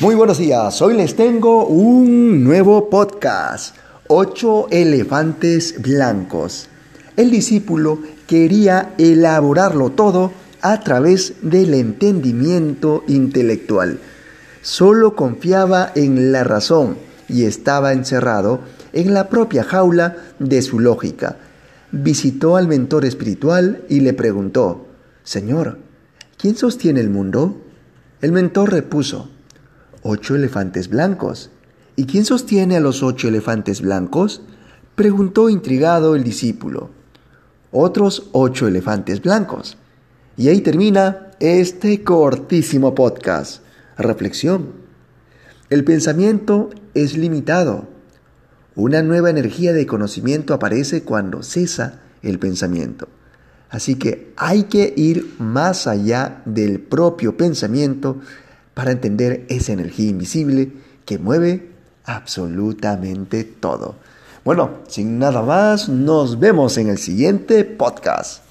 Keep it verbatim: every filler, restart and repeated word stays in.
Muy buenos días, hoy les tengo un nuevo podcast, Ocho elefantes blancos. El discípulo quería elaborarlo todo a través del entendimiento intelectual. Solo confiaba en la razón y estaba encerrado en la propia jaula de su lógica. Visitó al mentor espiritual y le preguntó: «Señor, ¿quién sostiene el mundo?». El mentor repuso: «Ocho elefantes blancos». «¿Y quién sostiene a los ocho elefantes blancos?», preguntó intrigado el discípulo. «Otros ocho elefantes blancos». Y ahí termina este cortísimo podcast. Reflexión: el pensamiento es limitado. Una nueva energía de conocimiento aparece cuando cesa el pensamiento. Así que hay que ir más allá del propio pensamiento para entender esa energía invisible que mueve absolutamente todo. Bueno, sin nada más, nos vemos en el siguiente podcast.